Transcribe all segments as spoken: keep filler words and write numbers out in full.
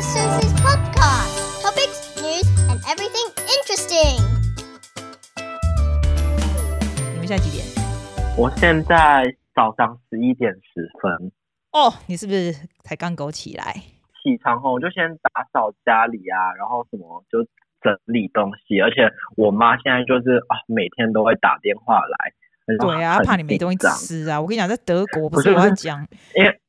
Susie's podcast. Topics, news, and everything interesting. 你们现在几点？ 我现在早上十一点十分。 哦，你是不是才刚狗起来？ 起床后我就先打扫家里啊，然后什么就整理东西，而且我妈现在就是啊，每天都会打电话来。 对啊，怕你没东西吃啊！我跟你讲，在德国不是我要讲， 因为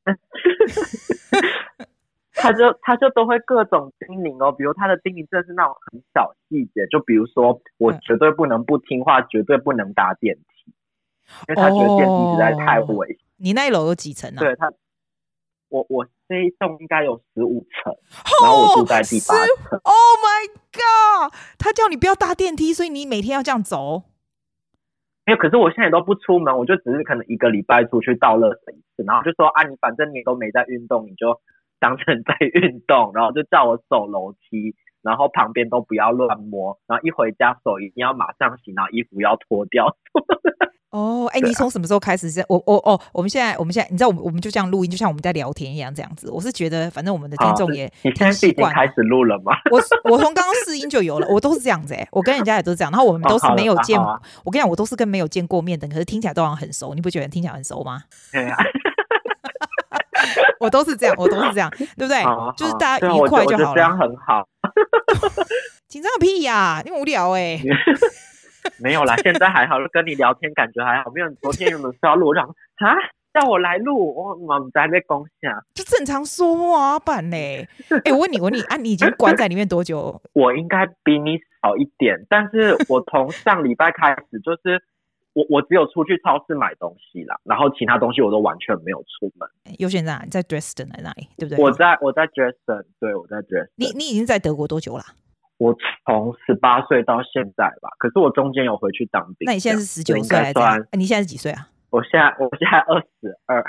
他就他就都会各种叮咛哦，比如他的叮咛真的是那种很小细节，就比如说我绝对不能不听话，嗯、绝对不能搭电梯，因为他觉得电梯实在太危险。哦、 你那一楼有几层啊？ 对他，我我这一栋应该有十五层，然后我住在第八层。 Oh my god！ 他叫你不要搭电梯，所以你每天要这样走。 没有，可是我现在都不出门，我就只是可能一个礼拜出去倒垃圾一次，然后就说啊，你反正你都没在运动，你就当成在运动，然后就叫我走楼梯，然后旁边都不要乱摸，然后一回家手一定要马上洗，然后衣服要脱掉。 哦，哎、欸，你从什么时候开始？我我哦，我们现在我们现在，你知道，我们我们就这样录音，就像我们在聊天一样，这样子。我是觉得，反正我们的听众也你现在已经开始录了吗？ 我我从刚刚试音就有了，我都是这样子哎、欸，我跟人家也都是这样，然后我们都是没有见，哦啊啊、我跟你讲，我都是跟没有见过面的，可是听起来都好像很熟，你不觉得听起来很熟吗？对啊。我都是这样，我都是这样，对不对？ 好就是大家愉快就好了。 我这样很好。 紧张个屁呀、啊！你无聊哎、欸。 没有啦，现在还好，跟你聊天感觉还好。没有，昨天有的时候录，我想啊，叫我来录，我我们在那公下， 就正常说话版嘞。哎、欸，我问你，我问你啊，你已经关在里面多久？ 我应该比你少一点，但是我从上礼拜开始，就是我我只有出去超市买东西啦，然后其他东西我都完全没有出门。 优先在哪？你在 Dresden 在哪里？对不对？ 我在我在 Dresden， 对，我在 Dresden。 你你已经在德国多久啦？ 我从十八岁到现在吧，可是我中间有回去当兵。 那你现在是十九岁还是？欸、你现在是几岁啊？ 我现在我现在二十二。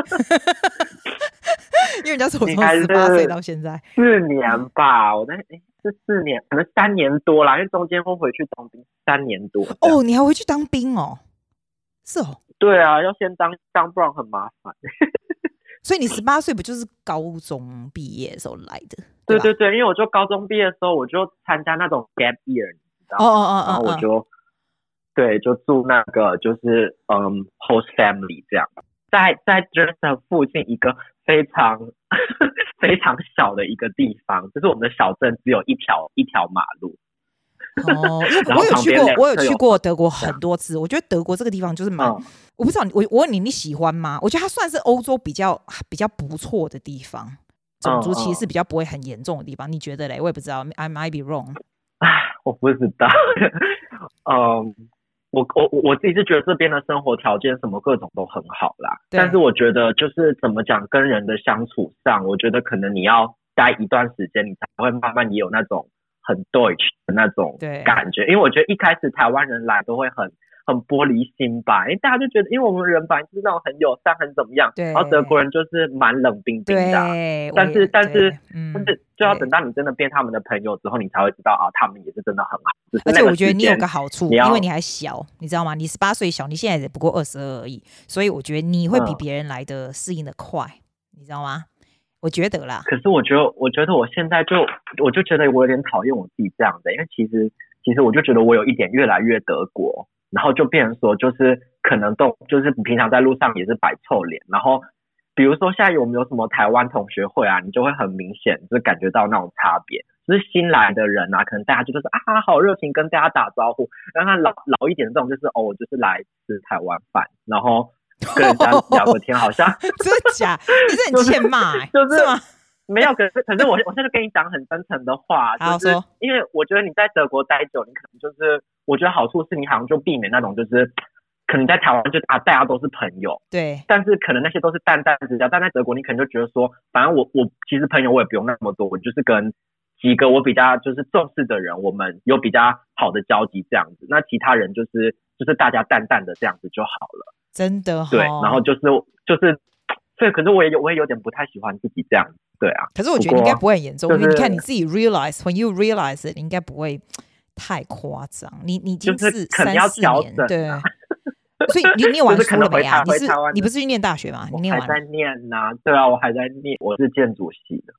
因为人家说我从十八岁到现在四年吧，我在哎是四年，可能三年多啦，因为中间会回去当兵三年多。 哦，你还回去当兵哦？是哦。 对啊，要先当当，不然很麻烦。 所以你十八岁不就是高中毕业的时候来的？ 对对对，因为我就高中毕业的时候，我就参加那种 gap year， 你知道吗？ 哦哦哦， 然后我就、哦、对，就住那个就是嗯 host family 这样，在在 Dresden 附近一个非常非常小的一个地方，就是我们的小镇只有一条一条马路。 哦，因为我有去过，我有去过德国很多次。我觉得德国这个地方就是蛮，嗯、我不知道我我问你你喜欢吗？我觉得它算是欧洲比较比较不错的地方，种族歧视比较不会很严重的地方。嗯、你觉得嘞？我也不知道 ，I might be wrong。 我不知道，嗯，我我我自己是觉得这边的生活条件什么各种都很好啦，但是我觉得就是怎么讲，跟人的相处上，我觉得可能你要待一段时间，你才会慢慢也有那种。很 Deutsch 的那种感觉，因为我觉得一开始台湾人来都会很很玻璃心吧，因为大家就觉得，因为我们人本来就是那种很友善、很怎么样，然后德国人就是蛮冷冰冰的、啊，但是但是、嗯、但是就要等到你真的变他们的朋友之后，你才会知道啊，他们也是真的很好。 而且我觉得你有个好处，因为你还小，你知道吗？你十八岁小，你现在也不过二十二而已，所以我觉得你会比别人来的适应的快，嗯、你知道吗？我觉得啦， 可是我觉得，我觉得我现在就，我就觉得我有点讨厌我自己这样的，因为其实，其实我就觉得我有一点越来越德国，然后就变成说，就是可能都，就是你平常在路上也是摆臭脸，然后比如说现在有没有什么台湾同学会啊，你就会很明显就是感觉到那种差别，就是新来的人啊，可能大家就是啊好热情跟大家打招呼，然后老老一点的这种就是哦，我就是来吃台湾饭，然后。跟人家聊个天，好像真的假？你是很欠骂、欸， 就是、 是吗？ 没有，可是可是我我现在跟你讲很真诚的话，就是因为我觉得你在德国待久，你可能就是我觉得好处是你好像就避免那种就是可能在台湾就啊大家都是朋友， 对， 但是可能那些都是淡淡之交，但在德国你可能就觉得说，反正我我其实朋友我也不用那么多，我就是跟几个我比较就是重视的人，我们有比较好的交集这样子，那其他人就是就是大家淡淡的这样子就好了。 真的、哦、 对，然后就是就是，所以可是我也有我也有点不太喜欢自己这样，对啊。 可是我觉得你应该不会很严重，就是、因为你看你自己 realize when you realize it， 你应该不会太夸张。你你已经是三四年，对。所以你念完书了没啊？你是你不是去念大学吗？你念完我还在念啊，对啊，我还在念，我是建筑系的。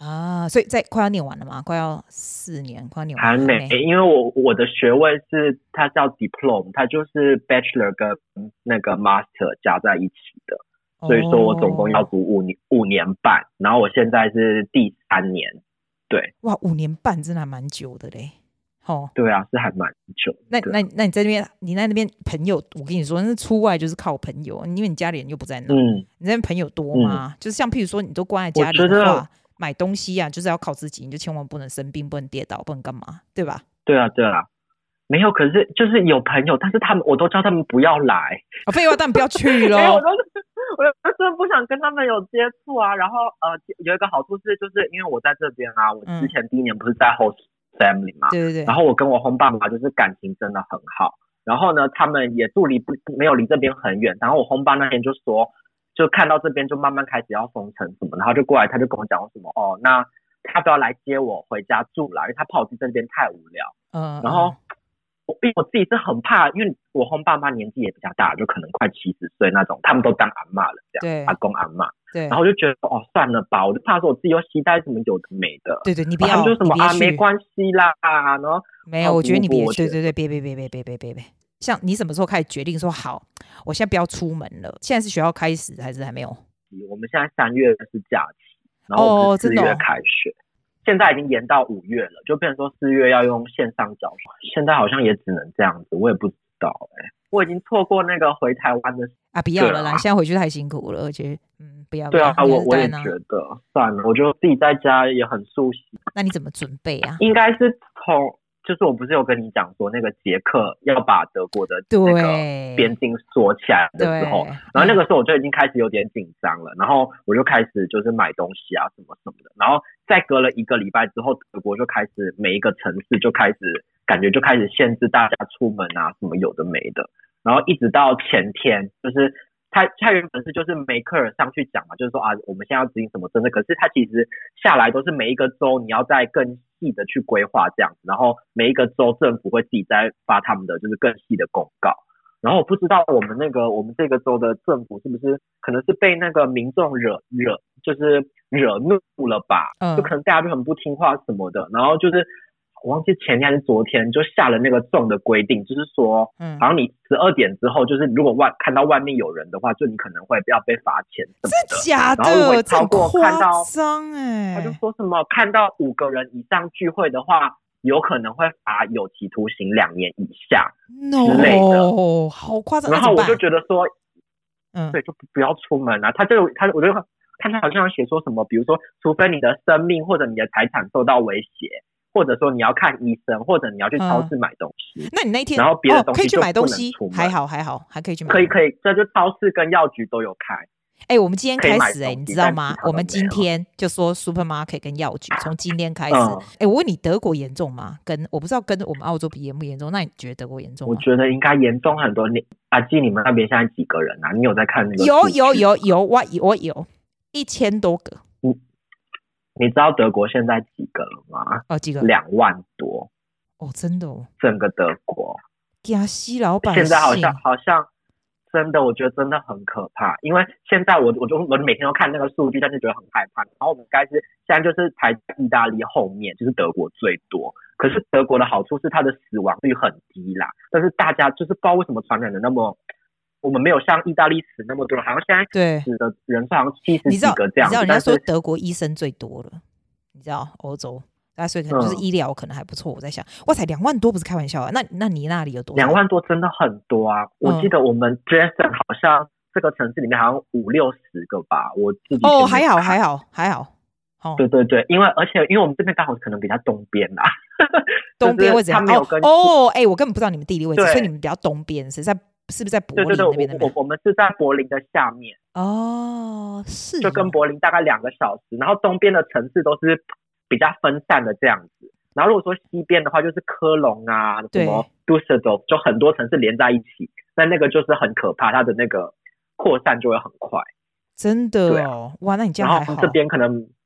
啊，所以在快要念完了嘛，快要四年，快要念完还没，因为我我的学位是它叫 diploma， 它就是 bachelor 跟那个 master 加在一起的，所以说我总共要读五年五年半，然后我现在是第三年，对， 哇，五年半真的还蛮久的嘞。哦， 对啊，是还蛮久。 那那那你在那边，你在那边朋友，我跟你说，那出外就是靠朋友，因为你家里人又不在那。嗯，你那边朋友多吗？嗯、就是像譬如说，你都关在家里的话，买东西啊，就是要靠自己，你就千万不能生病，不能跌倒，不能干嘛，对吧？ 对啊，对啊，没有，可是就是有朋友，但是他们我都叫他们不要来。 哦，废话，但不要去咯。 我都我就是不想跟他们有接触啊。然后呃，有一个好处是，就是因为我在这边啊，我之前第一年不是在 host family 嘛， 对对对。 然后我跟我轰爸妈就是感情真的很好。然后呢，他们也住离不没有离这边很远。然后我轰爸那天就说，就看到这边就慢慢开始要封城什么，然后就过来，他就跟我讲什么哦，那他不要来接我回家住啦，因为他怕我去这边太无聊。嗯。然后我因为我自己是很怕，因为我轰爸妈年纪也比较大，就可能快七十岁那种，他们都当阿嬷了，这样阿公阿嬷。对。然后就觉得哦，算了吧，我就怕说我自己又携带什么有的没的。 对对，你不要。 他们就什么啊，没关系啦，然后没有，我觉得你别，对对对，别别别别别别别别。像你什么时候开始决定说好，我现在不要出门了？现在是学校开始还是还没有？ 我们现在三月是假期，然后我们四月开学。哦现在已经延到五月了，就变成说四月要用线上教学，现在好像也只能这样子，我也不知道哎、欸，我已经错过那个回台湾的啊，不要了啦，啊、现在回去太辛苦了，而且嗯，不要。 对啊，我我也觉得算了，我就自己在家也很舒适。 那你怎么准备啊？ 应该是从。就是我不是有跟你讲说那个捷克要把德国的那个边境锁起来的时候，然后那个时候我就已经开始有点紧张了，然后我就开始就是买东西啊什么什么的，然后再隔了一个礼拜之后，德国就开始每一个城市就开始感觉就开始限制大家出门啊什么有的没的，然后一直到前天就是他他原本是就是梅克尔上去讲嘛，就是说啊我们现在要执行什么政策，可是他其实下来都是每一个州你要再更细的去规划这样子，然后每一个州政府会自己再发他们的就是更细的公告，然后我不知道我们那个我们这个州的政府是不是可能是被那个民众惹惹就是惹怒了吧、嗯、就可能大家就很不听话什么的，然后就是我忘记前天还是昨天就下了那个重的规定，就是说，嗯，好像你十二点之后，就是如果外看到外面有人的话，就你可能会要被罚钱什么的。 真假的？ 然后如果超过看到， 夸张哎， 他就说什么看到五个人以上聚会的话，有可能会罚有期徒刑两年以下之类的。 哦，好夸张！ 然后我就觉得说，嗯，对，就不要出门啊。他这个他，我就看他好像写说什么，比如说，除非你的生命或者你的财产受到威胁。或者说你要看医生，或者你要去超市买东西。 嗯、那你那天然后别的东西、 哦、可以去买东西，还好还好，还可以去买。 可以可以，这就超市跟药局都有开。 哎、欸，我们今天开始哎、欸，你知道吗？我们今天就说 supermarket 跟药局，从今天开始。哎、嗯欸，我问你，德国严重吗？跟我不知道跟我们澳洲比严不严重？那你觉得德国严重吗？ 我觉得应该严重很多。你阿基，你们那边现在几个人啊？你有在看那个？ 有有有有，我我有一千多个。 嗯。你知道德国现在几个了吗？ 哦，几个？ 两万多。 哦，真的哦。 整个德国。 亚西老百姓。 现在好像好像真的，我觉得真的很可怕。因为现在我我就我每天都看那个数据，但是觉得很害怕。然后我们应该是现在就是排意大利后面，就是德国最多。可是德国的好处是它的死亡率很低啦，但是大家就是不知道为什么传染的那么。我们没有像意大利死那么多，好像现在死的人数好像七十几个这样子。 你知道，你知道人家说德国医生最多了，你知道欧洲，那所以可能就是医疗可能还不错。嗯、我在想，哇塞，两万多不是开玩笑啊！那那你那里有多少？ 两万多真的很多啊！我记得我们 Dresden 好像这个城市里面好像五六十个吧，我自己哦还好还好还好。 哦、对对对，因为而且因为我们这边刚好可能比较东边啦， 东边位置他没有跟哦哎、欸，我根本不知道你们地理位置，所以你们比较东边，是在。是不是在柏林那边？ 对对对，我我们是在柏林的下面哦，是就跟柏林大概两个小时，然后东边的城市都是比较分散的这样子。然后如果说西边的话，就是科隆啊，什么杜塞尔多，就很多城市连在一起，但那个就是很可怕，它的那个扩散就会很快。 真的哦，哇，那你这样还好。 然后这边可能。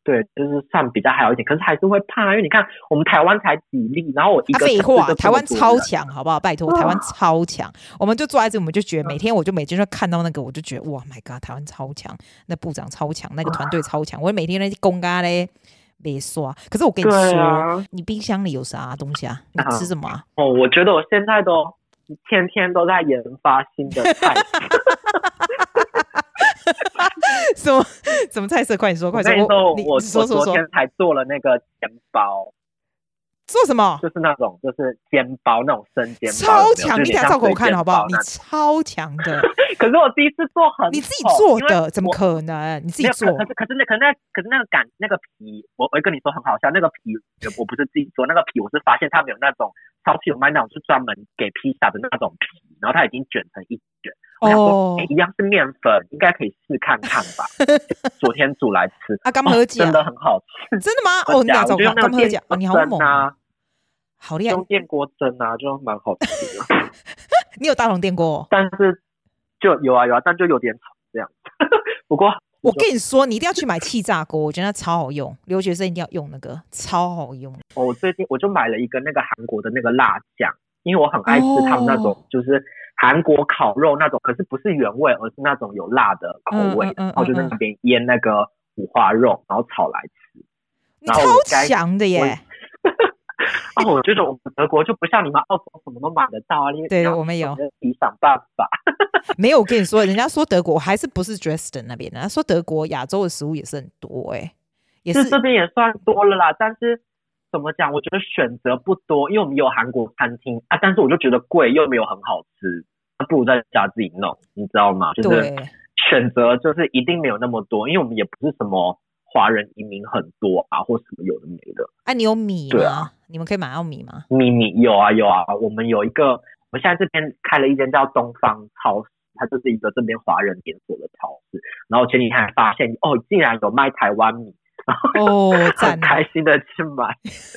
对，就是算比较还好一点，可是还是会怕，因为你看我们台湾才几例，然后我一个、 啊、废话，台湾超强，好不好？拜托，台湾超强，我们就坐在这，我们就觉得每天我就每天就看到那个，我就觉得哇 ，My God， 台湾超强，那部长超强，那个团队超强，我每天那公咖嘞没刷。可是我跟你说，啊、你冰箱里有啥东西啊？你吃什么、啊？ 哦，我觉得我现在都天天都在研发新的菜。 什么什么菜色？快你说，快说！ 我你我说说说， 我昨天才做了那个煎包。 做什么？ 就是那种，就是煎包那种生煎包， 超强！你等下照给我看好不好？你超强的。 可是我第一次做很， 你自己做的，怎么可能？你自己做？ 可是可是那可是那可是那个擀那个皮，我我跟你说很好笑，那个皮我不是自己做，那个皮我是发现他们有那种超市有卖那种是专门给披萨的那种皮，然后它已经卷成一卷。我想说、欸、一样是面粉，应该可以试看看吧。昨天煮来吃， 啊，刚喝酱、 哦、真的很好吃。 真的吗？哦，你哪找看？刚喝酱，哦，你好猛啊！好厉害！ 用电锅蒸啊，就蛮好吃的。 你有大同电锅、哦？ 但是就有啊有啊，但就有点吵这样。不过我跟你说，你一定要去买气炸锅，我觉得它超好用。留学生一定要用那个，超好用。 哦，我最近我就买了一个那个韩国的那个辣酱，因为我很爱吃他们那种、哦、就是韩国烤肉那种，可是不是原味，而是那种有辣的口味的。嗯嗯嗯嗯、然后就在那边腌那个五花肉，然后炒来吃。 你超强的耶！ 啊，我觉得我们德国就不像你们澳洲什么都买得到啊，因为对我们有自己想办法。 没有，我跟你说，人家说德国还是不是 Dresden 那边的，他说德国亚洲的食物也是很多哎、欸，也是这边也算多了啦。但是怎么讲，我觉得选择不多，因为我们有韩国餐厅啊，但是我就觉得贵又没有很好吃，那不如在家自己弄，你知道吗？就是选择就是一定没有那么多，因为我们也不是什么华人移民很多啊，或什么有的没的。 啊，你有米吗？对啊，你们可以买到米吗？ 米米有啊有啊，我们有一个，我们现在这边开了一间叫东方超市，它就是一个这边华人连锁的超市。然后前几天还发现，哦，竟然有卖台湾米， 哦， 很开心的去买。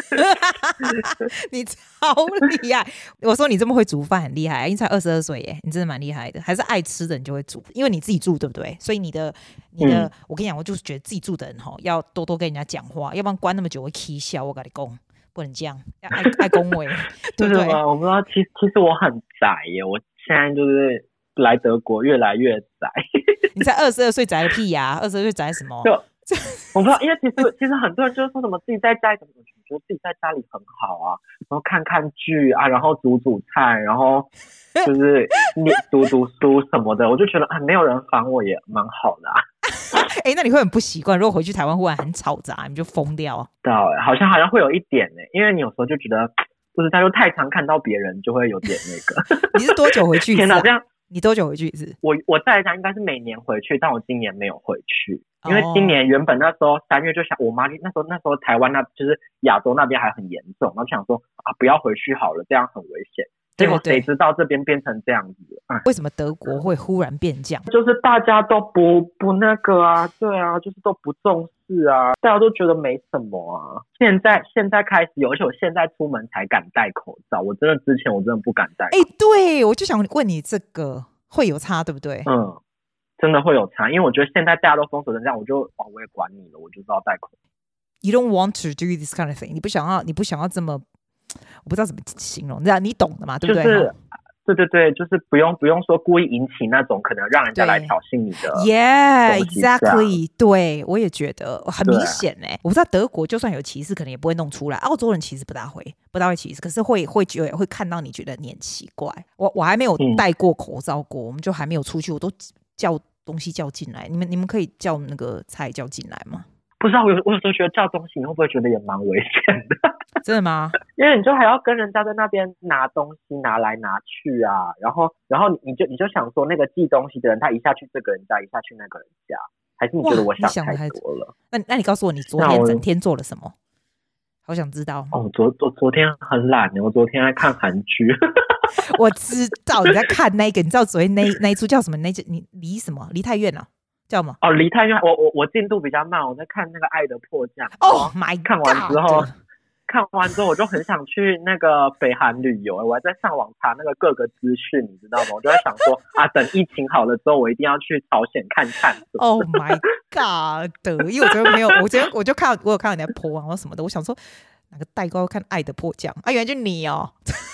你超厉害！我说你这么会煮饭很厉害，因为才二十二岁耶，你真的蛮厉害的。还是爱吃的你就会煮，因为你自己住对不对？所以你的你的，嗯、我跟你讲，我就是觉得自己住的人哈，要多多跟人家讲话，要不然关那么久会起笑。我跟你讲，不能这样，要爱爱恭维，对不对？ 我不知道，其实其实我很宅耶，我现在就是来德国越来越宅。 你才二十二岁宅个屁呀、啊！二十二岁宅什么？ 我不知道，因为其实其实很多人就是说什么自己在家里怎么觉得自己在家里很好啊，然后看看剧啊，然后煮煮菜，然后就是念读读书什么的，我就觉得啊，没有人烦我也蛮好的啊。 哎、欸，那你会很不习惯，如果回去台湾忽然很吵杂，你就疯掉。 对，好像好像会有一点呢、欸，因为你有时候就觉得，就是他就太常看到别人，就会有点那个。 你是多久回去一次、啊？ 天哪，这样你多久回去一次？ 我我在家应该是每年回去，但我今年没有回去。因为今年原本那时候三月就想，我妈那时候那时候台湾那就是亚洲那边还很严重，然后想说啊不要回去好了，这样很危险。结果谁知道这边变成这样子了。 为什么德国会忽然变这样？ 就是大家都不不那个啊，对啊，就是都不重视啊，大家都觉得没什么啊。现在现在开始有，而且我现在出门才敢戴口罩，我真的之前我真的不敢戴。 哎、欸，对，我就想问你这个会有差对不对？ 嗯。真的会有差，因为我觉得现在大家都封锁成这样，我就哦我也管你了，我就知道戴口罩。 You don't want to do this kind of thing， 你不想要，你不想要这么，我不知道怎么形容，这样你懂的嘛，对不对？ 就是对对对，就是不用不用说故意引起那种可能让人家来挑衅你的。 Yeah, exactly。对，我也觉得很明显哎、欸。我不知道德国就算有歧视，可能也不会弄出来。澳洲人其实不大会，不大会歧视，可是会会觉得会看到你觉得你很奇怪。我我还没有戴过口罩过，嗯、我们就还没有出去，我都叫东西叫进来。你们你们可以叫那个菜叫进来吗？ 不知道，我有我有时候觉得叫东西，你会不会觉得也蛮危险的？ 真的吗？ 因为你就还要跟人家在那边拿东西拿来拿去啊，然后然后你就你就想说那个寄东西的人，他一下去这个人家，一下去那个人家，还是你觉得我想太多了？ 那那你告诉我，你昨天整天做了什么？好想知道。 哦，昨昨昨天很懒，我昨天在看韩剧。 我知道你在看那个，你知道昨天那那一出叫什么？那你离什么？离太远了。叫什么？ 哦，离太远，我我我进度比较慢，我在看那个《爱的迫降》。 Oh my god！ 看完之后， 看完之后我就很想去那个北韩旅游，我还在上网查那个各个资讯，你知道吗？我就在想说啊，等疫情好了之后，我一定要去朝鲜看看。 Oh my god！ 因为我昨天没有，我昨天我就看我有看到你在po啊或什么的，我想说哪个代购看《爱的迫降》啊，原来就你哦。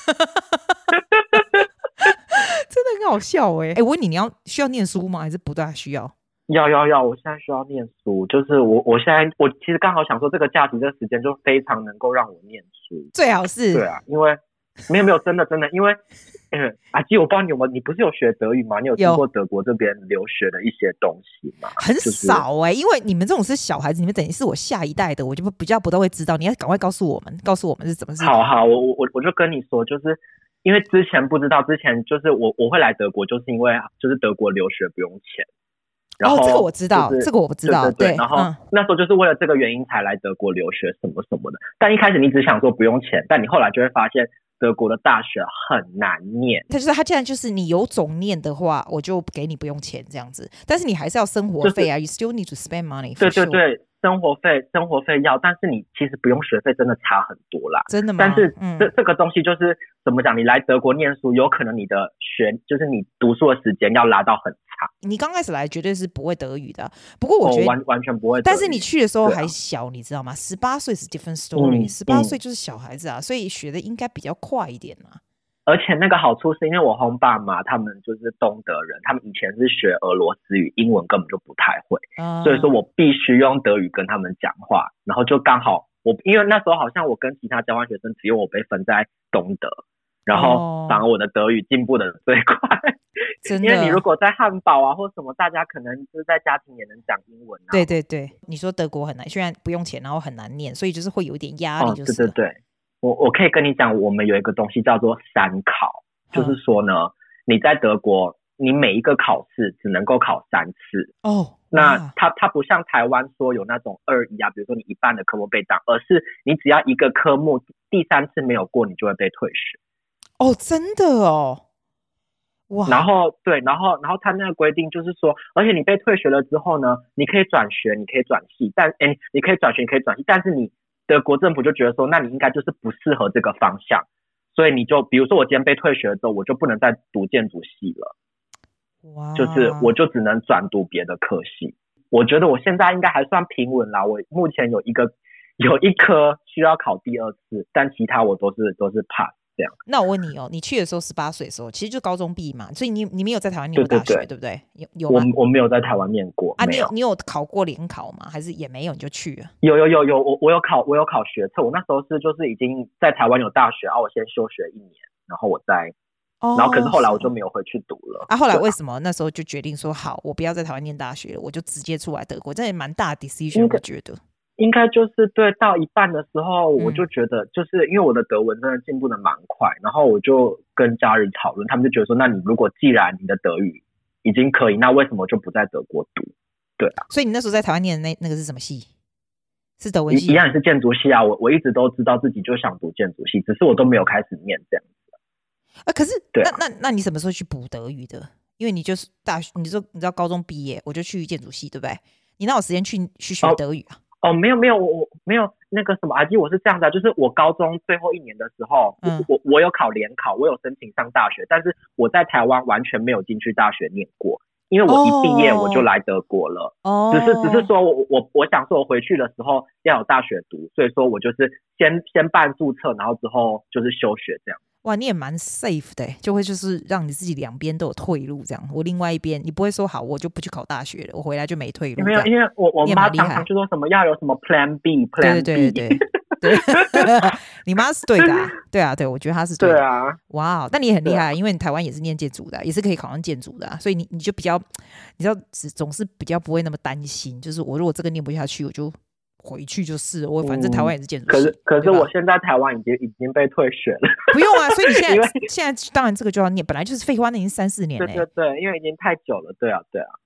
真的很好笑哎、欸！哎、欸，我问你，你要需要念书吗？还是不大需要？ 要要要！我现在需要念书，就是我我现在我其实刚好想说，这个假期这个时间就非常能够让我念书， 最好是对啊，因为没有没有真的真的，因为嗯，阿基，我不知道你有没有，你不是有学德语吗？你有听过德国这边留学的一些东西吗？ 很少哎、欸，因为你们这种是小孩子，你们等于是我下一代的，我就比较不太会知道。你要赶快告诉我们，告诉我们是怎么是。 好好，我我我就跟你说，就是因为之前不知道，之前就是我我会来德国，就是因为就是德国留学不用钱。然后、就是、 哦，这个我知道，这个我不知道。 对对对， 对然后、 嗯、 那时候就是为了这个原因才来德国留学什么什么的。但一开始你只想说不用钱，但你后来就会发现德国的大学很难念。 他就是他既然就是你有种念的话，我就给你不用钱这样子，但是你还是要生活费啊、就是、，you still need to spend money。 对对对，生活费生活费要，但是你其实不用学费真的差很多啦。 真的吗？ 但是这、嗯、这个东西就是怎么讲？你来德国念书，有可能你的学就是你读书的时间要拉到很长。 你刚开始来绝对是不会德语的，不过我觉得、 哦、完完全不会德语。 但是你去的时候还小，啊、你知道吗？十八岁是 different story， 十八岁就是小孩子啊、嗯，所以学的应该比较快一点啊。 而且那个好处是因为我轰爸妈他们就是东德人，他们以前是学俄罗斯语，英文根本就不太会，嗯、所以说我必须用德语跟他们讲话，然后就刚好我因为那时候好像我跟其他交换学生只有我被分在东德，然后反而我的德语进步的最快。 真的， 因为你如果在汉堡啊或什么，大家可能就是在家庭也能讲英文啊。 对对对，你说德国很难，虽然不用钱，然后很难念，所以就是会有一点压力、就是。 哦，对对对，我我可以跟你讲，我们有一个东西叫做三考，嗯、就是说呢，你在德国，你每一个考试只能够考三次。 哦， 那它它不像台湾说有那种二一啊，比如说你一半的科目被当，而是你只要一个科目第三次没有过，你就会被退学。 哦，真的哦。哇， 然后对，然后然后他那个规定就是说，而且你被退学了之后呢，你可以转学，你可以转系，但哎，你可以转学，你可以转系，但是你德国政府就觉得说，那你应该就是不适合这个方向，所以你就比如说我今天被退学了之后，我就不能再读建筑系了， 哇， 就是我就只能转读别的科系。我觉得我现在应该还算平稳啦，我目前有一个有一科需要考第二次，但其他我都是都是 pass。 那我问你哦，你去的时候十八岁的时候，其实就高中毕业嘛，所以你你没有在台湾念过大学， 对, 对, 对, 对不对？有有吗？ 我我没有在台湾念过啊，你有你有考过联考吗？还是也没有你就去了？ 有有有有，我我有考我有考学测，我那时候是就是已经在台湾有大学，然后我先休学一年，然后我再，哦、然后可是后来我就没有回去读了。 啊，后来为什么那时候就决定说好，我不要在台湾念大学了，我就直接出来德国？这也蛮大的 decision， 我觉得。 应该就是对，到一半的时候我就觉得，就是因为我的德文真的进步的蛮快，然后我就跟家人讨论，他们就觉得说，那你如果既然你的德语已经可以，那为什么就不在德国读？对啊， 所以你那时候在台湾念的那那个是什么系？是德文系？ 一样也是建筑系啊，我我一直都知道自己就想读建筑系，只是我都没有开始念这样子。 啊，可是对啊，那那那你什么时候去补德语的？因为你就是大学，你说你知道高中毕业我就去建筑系，对不对？你哪有时间去去学德语啊？ 哦哦，没有没有，我我没有那个什么阿基，我是这样的、啊，就是我高中最后一年的时候，嗯、我我有考联考，我有申请上大学，但是我在台湾完全没有进去大学念过，因为我一毕业我就来德国了，哦、只是只是说我我我想说我回去的时候要有大学读，所以说我就是先先办注册，然后之后就是休学这样。 哇，你也蛮 safe 的，就会就是让你自己两边都有退路这样。我另外一边，你不会说好我就不去考大学了，我回来就没退路。 没有，因为我我妈常常就说什么要有什么 Plan B，Plan B。 对对对对对，你妈是对的、啊，对啊对，我觉得她是对的。 对啊， 哇，但你也很厉害，因为你台湾也是念建筑的、啊，也是可以考上建筑的、啊，所以你你就比较，你知道总是比较不会那么担心，就是我如果这个念不下去，我就。回去就是我反正台湾也是建筑系、 嗯、可是可是我现在台湾已经已经被退学了。 不用啊，所以你现在现在当然这个就要念，本来就是废话，那已经三四年了、欸。 对对对，因为已经太久了，对啊对啊。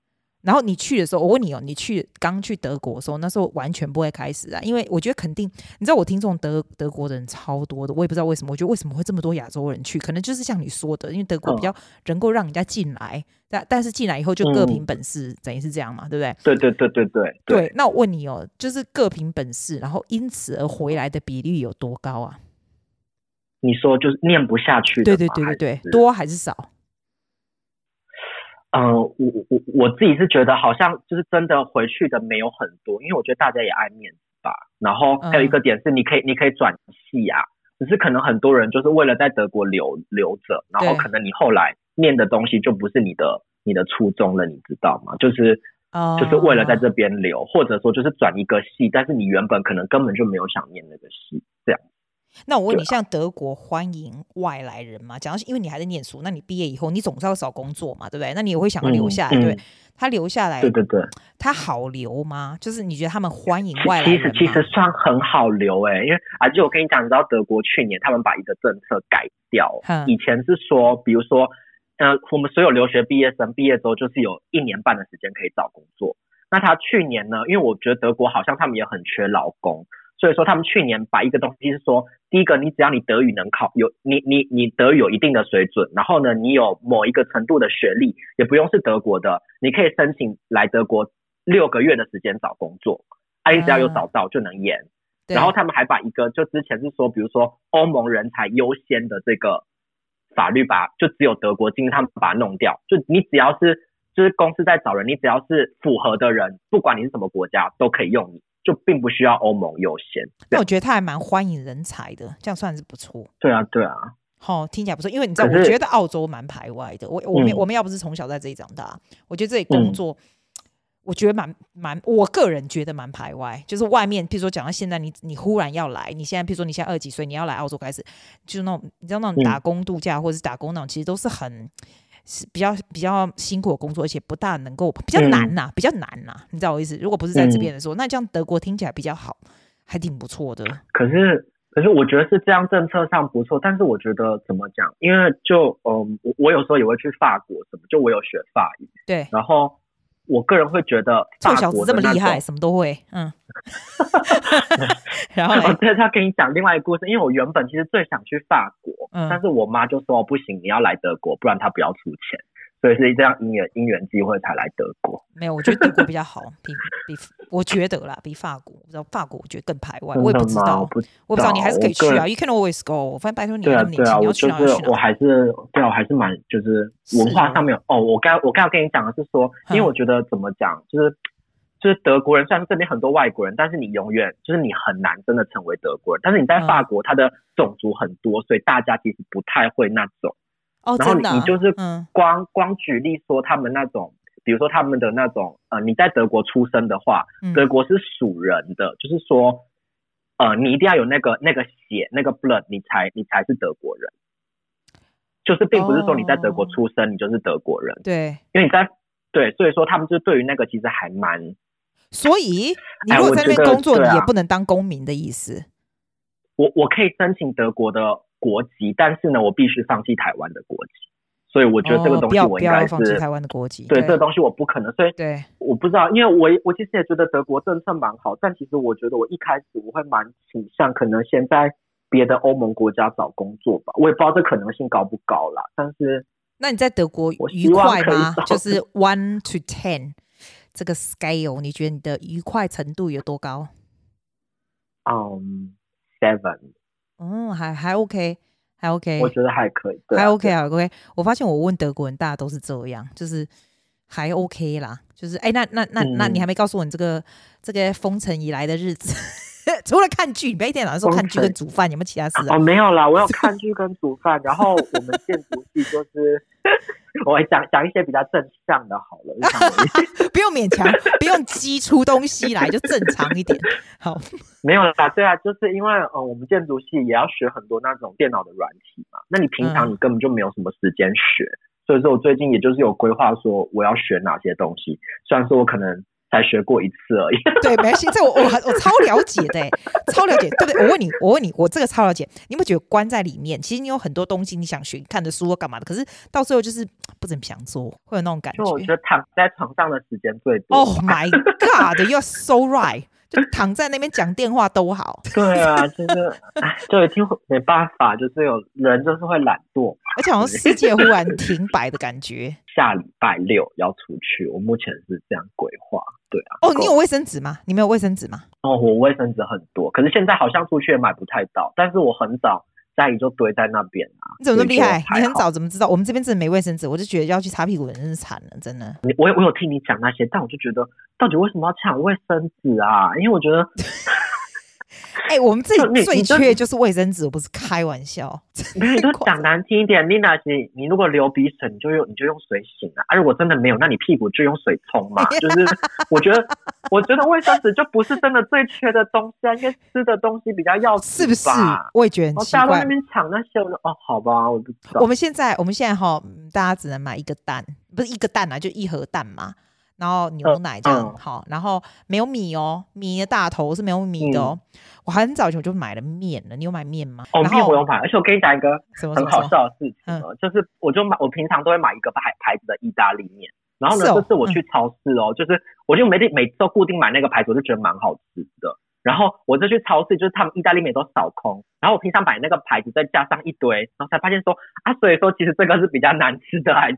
然后你去的时候，我问你哦，你去刚去德国的时候，那时候完全不会开始啊，因为我觉得肯定，你知道我听众德德国的人超多的，我也不知道为什么，我觉得为什么会这么多亚洲人去，可能就是像你说的，因为德国比较能够让人家进来，但但是进来以后就各凭本事，嗯、等于是这样嘛，对不对？ 对对对对对对。那我问你哦，就是各凭本事，然后因此而回来的比例有多高啊？ 你说就是念不下去的吗？ 对对对对对，多还是少？ 呃，我我我自己是觉得好像就是真的回去的没有很多，因为我觉得大家也爱面子吧。然后还有一个点是，你可以、嗯、你可以转系啊，只是可能很多人就是为了在德国留留着，然后可能你后来念的东西就不是你的你的初衷了，你知道吗？就是、哦、就是为了在这边留，或者说就是转一个系，但是你原本可能根本就没有想念那个系，这样。 那我问你，像德国欢迎外来人吗？假如因为你还在念书，那你毕业以后你总是要找工作嘛，对不对？那你也会想要留下来，嗯、对、嗯、他留下来， 对对对， 他好留吗？就是你觉得他们欢迎外来人吗？ 其实其实算很好留哎、欸，因为而且我跟你讲，你知道德国去年他们把一个政策改掉，以前是说，比如说，呃，我们所有留学毕业生毕业之后就是有一年半的时间可以找工作。那他去年呢，因为我觉得德国好像他们也很缺劳工。所以说他们去年把一个东西是说，第一个你只要你德语能考有你你你德语有一定的水准，然后呢你有某一个程度的学历，也不用是德国的，你可以申请来德国六个月的时间找工作，啊你只要有找到就能延、嗯、然后他们还把一个就之前是说比如说欧盟人才优先的这个法律把就只有德国进他们把它弄掉，就你只要是就是公司在找人，你只要是符合的人，不管你是什么国家都可以用你，就并不需要欧盟优先。 那我觉得他还蛮欢迎人才的，这样算是不错。 对啊对啊， 哦，听起来不错，因为你知道我觉得澳洲蛮排外的，我我们、嗯、我们要不是从小在这里长大，我觉得这里工作、嗯、我觉得蛮蛮我个人觉得蛮排外，就是外面譬如说讲到现在你你忽然要来，你现在譬如说你现在二十几岁你要来澳洲开始，就是那种你知道那种打工度假、嗯、或者是打工那种，其实都是很是比较比较辛苦的工作，而且不大能够比较难呐、啊嗯，比较难呐、啊，你知道我意思？如果不是在这边的时候、嗯，那这样德国听起来比较好，还挺不错的。 可是可是我觉得是这样政策上不错，但是我觉得怎么讲？因为就嗯，我我有时候也会去法国什么，就我有学法语， 对， 然后我个人会觉得法国的那种，臭小子这么厉害，什么都会，嗯。然后我再要跟你讲另外一个故事，因为我原本其实最想去法国，嗯、但是我妈就说不行，你要来德国，不然她不要出钱，所以是这样因缘因缘机会才来德国。 没有，我觉得德国比较好，比比我觉得啦，比法国，我知道法国我觉得更排外，我也不知道，我不知道，我不知道你还是可以去啊 ，You can always go。反正拜托你那么年轻，你要去哪就是我还是对啊，我还是蛮就是文化上面哦，我刚我刚要跟你讲的是说，因为我觉得怎么讲就是。就是德国人，虽然说这边很多外国人，但是你永远就是你很难真的成为德国人。但是你在法国，它的种族很多，所以大家其实不太会那种。 哦， 然后你, 你就是光、嗯、光举例说他们那种，比如说他们的那种呃，你在德国出生的话，嗯、德国是属人的，就是说呃，你一定要有那个那个血那个 blood， 你才你才是德国人。就是并不是说你在德国出生、哦、你就是德国人， 对， 因为你在对，所以说他们就对于那个其实还蛮。 所以你如果在那边工作、哎啊、你也不能当公民的意思。 我我可以申请德国的国籍，但是呢我必须放弃台湾的国籍，所以我觉得这个东西我应该是、哦、不要不要放弃台湾的国籍， 对, 对这个东西我不可能，所以对我不知道，因为我我其实也觉得德国政策蛮好，但其实我觉得我一开始我会蛮倾向可能先在别的欧盟国家找工作吧，我也不知道这可能性高不高啦，但是那你在德国愉快吗？就是 one to ten这个 scale， 你觉得你的愉快程度有多高？ 嗯 seven。 嗯，还还 OK， 还 OK， 我觉得还可以，对啊、 还 OK 还 OK。我发现我问德国人，大家都是这样，就是还 OK 啦，就是哎，那那那、嗯、那你还没告诉我你这个这个封城以来的日子。除了看剧，你不要一天到晚说看剧跟煮饭，有没有其他事、啊？ 哦，没有啦，我有看剧跟煮饭。然后我们建筑系就是，我讲讲一些比较正向的好了， 不用勉强，不用激出东西来，就正常一点。好， 没有啦，对啊，就是因为呃，我们建筑系也要学很多那种电脑的软体嘛，那你平常你根本就没有什么时间学，嗯、所以说我最近也就是有规划说我要学哪些东西，虽然说我可能。 才学过一次而已。 对，没关系，这我我我超了解的，超了解，对不对？我问你，我问你，我这个超了解。你有没有觉得关在里面，其实你有很多东西你想学，看的书或干嘛的，可是到最后就是不怎么想做，会有那种感觉。 就我觉得躺在床上的时间最多。 Oh my god, you're so right 。就躺在那边讲电话都好。 对啊，就是就已经没办法，就是有人就是会懒惰， 而且好像世界忽然停摆的感觉。 下礼拜六要出去，我目前是这样规划。对啊。 哦，你有卫生纸吗？你没有卫生纸吗？ 哦，我卫生纸很多，可是现在好像出去也买不太到，但是我很早家里就堆在那边啊。 你怎么那么厉害？你很早怎么知道？我们这边真的没卫生纸，我就觉得要去擦屁股的人真是惨了，真的。 我我有听你讲那些，但我就觉得到底为什么要抢卫生纸啊？因为我觉得。 哎、欸，我们这里最缺就是卫生纸，我不是开玩笑。 没有，你就讲难听一点，你那些你如果流鼻水，你就用你就用水洗啊。啊，如果真的没有，那你屁股就用水冲嘛。就是我觉得，我觉得卫生纸就不是真的最缺的东西啊，因为吃的东西比较要紧吧，是不是？ 我也觉得很奇怪。 大家在那边抢那些，我说哦，好吧，我不知道。 我们现在我们现在哈，大家只能买一个蛋，不是一个蛋啊，就一盒蛋嘛。然后牛奶这样好、嗯，然后没有米哦，米的大头是没有米的哦。嗯、我很早以前就买了面了，你有买面吗？ 哦，面我有买，而且我跟你讲一个很好笑的事情、嗯、就是我就买，我平常都会买一个牌牌子的意大利面，然后呢，哦、这次我去超市哦，嗯、就是我就每每次都固定买那个牌子，我就觉得蛮好吃的。然后我就去超市，就是他们意大利面都扫空，然后我平常买那个牌子再加上一堆，然后才发现说啊，所以说其实这个是比较难吃的，还是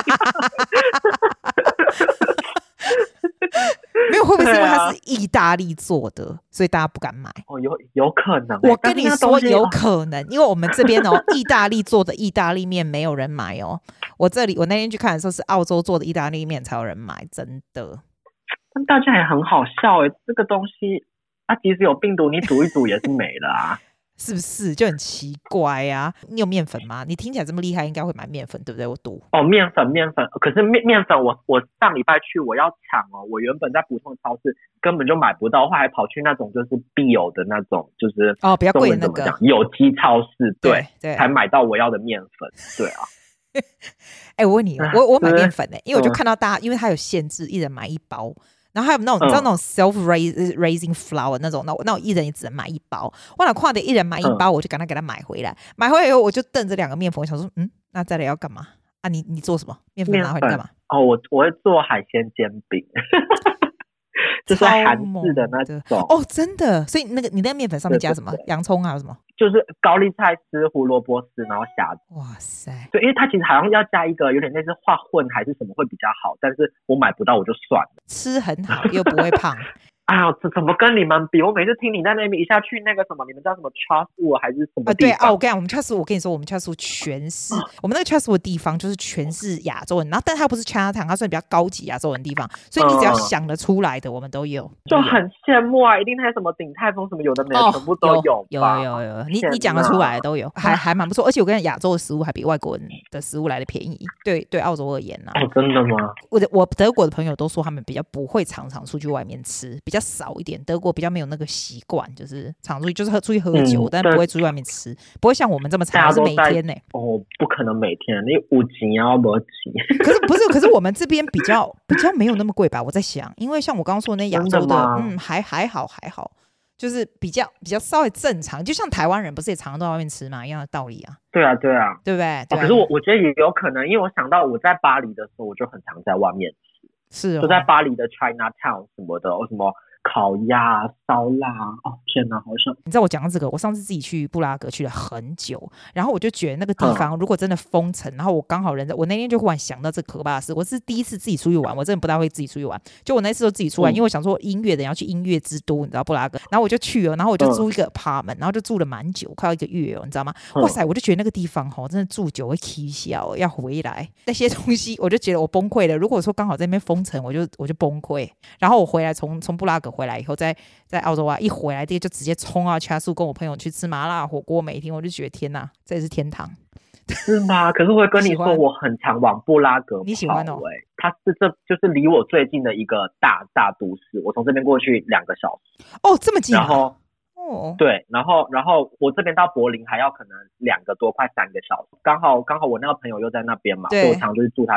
没有，会不会是因为它是意大利做的，啊、所以大家不敢买？ 哦，有有可能、 欸。我跟你说有可能，因为我们这边哦，意大利做的意大利面没有人买哦。我这里我那天去看的时候是澳洲做的意大利面才有人买，真的。 但大家也很好笑哎、欸，这个东西。它、啊、即使有病毒，你煮一煮也是没了啊， 是不是？就很奇怪啊！你有面粉吗？你听起来这么厉害，应该会买面粉，对不对？我赌哦，面粉面粉，可是面面粉我我上礼拜去我要抢哦，我原本在普通的超市根本就买不到，后来还跑去那种就是必有的那种，就是哦比较贵的那个有机超市，对对, 对， 才买到我要的面粉，对啊。 哎、欸，我问你，我我买面粉呢、欸，因为我就看到大家，因为它有限制，一人买一包。然后还有那种、嗯、你知道那种 self raising flour 那种，那那我一人也只能买一包。我哪看得一人买一包，嗯、我就赶快给他买回来。买回来以后，我就瞪着两个面粉，我想说，嗯，那再来要干嘛啊？你你做什么？面粉拿回来干嘛？ 哦，我我会做海鲜煎饼，就是韩式的那种。 哦，真的。所以那个你那个面粉上面加什么？对对对，洋葱还有什么？ 就是高丽菜丝、胡萝卜丝，然后虾子。 哇塞！ 对，因为它其实好像要加一个有点类似化混还是什么会比较好，但是我买不到，我就算了。 吃很好又不会胖。 哎呀，这怎么跟你们比？我每次听你在那边一下去那个什么，你们叫什么 Chatswood 还是什么地方？ 啊，对啊，我跟你讲，我们 Chatswood，我跟你说，我们 Chatswood 全是、嗯、我们那个 Chatswood 的地方就是全是亚洲人，然后但它不是 Chinatown， 它算比较高级亚洲人的地方，所以你只要想得出来的，我们都有。 就很羡慕啊！一定那些什么鼎泰丰什么有的没的、哦、全部都有有有有有，你你讲得出来的都有，还还蛮不错。而且我跟你讲，亚洲的食物还比外国人的食物来的便宜。对对，澳洲而言呢、啊。 哦，真的吗？ 我的我德国的朋友都说他们比较不会常常出去外面吃，比较少一点。德国比较没有那个习惯，就是常出去就是喝出去喝酒、嗯，但不会出去外面吃，不会像我们这么常是每天呢、欸。 哦，不可能每天，你有钱啊，没钱。 可是不是？可是我们这边比较比较没有那么贵吧？我在想，因为像我刚刚说的那亚洲的，嗯，还还好还好，就是比较比较稍微正常。就像台湾人不是也常常都在外面吃嘛，一样的道理啊。 对啊，对啊， 对不对？对啊哦、可是我我觉得也有可能，因为我想到我在巴黎的时候，我就很常在外面吃， 是、哦、 就在巴黎的 Chinatown 什么的，什么。烤鸭、烧腊，哦天哪，好像你知道我讲到这个，我上次自己去布拉格去了很久，然后我就觉得那个地方、嗯、如果真的封城，然后我刚好人在，我那天就忽然想到这可怕的事，我是第一次自己出去玩，我真的不大会自己出去玩，就我那次都自己出来、嗯，因为我想说音乐的要去音乐之都，你知道布拉格，然后我就去了，然后我就租一个 apartment，、嗯、然后就住了蛮久，快要一个月哦，你知道吗？嗯、哇塞，我就觉得那个地方哦，真的住久会起笑，要回来那些东西，我就觉得我崩溃了。如果说刚好在那边封城，我就我就崩溃。然后我回来从从布拉格回来以后，在在澳洲啊，一回来这个就直接冲到Chatswood跟我朋友去吃麻辣火锅，每一天我就觉得天哪，这也是天堂。 是吗？可是我会跟你说，我很常往布拉格跑。 你喜欢哦？ 它是这就是离我最近的一个大大都市，我从这边过去两个小时。 哦，这么近、啊。 然后， 哦， 对，然后然后我这边到柏林还要可能两个多快三个小时，刚好刚好我那个朋友又在那边嘛，所以我常就去住他家。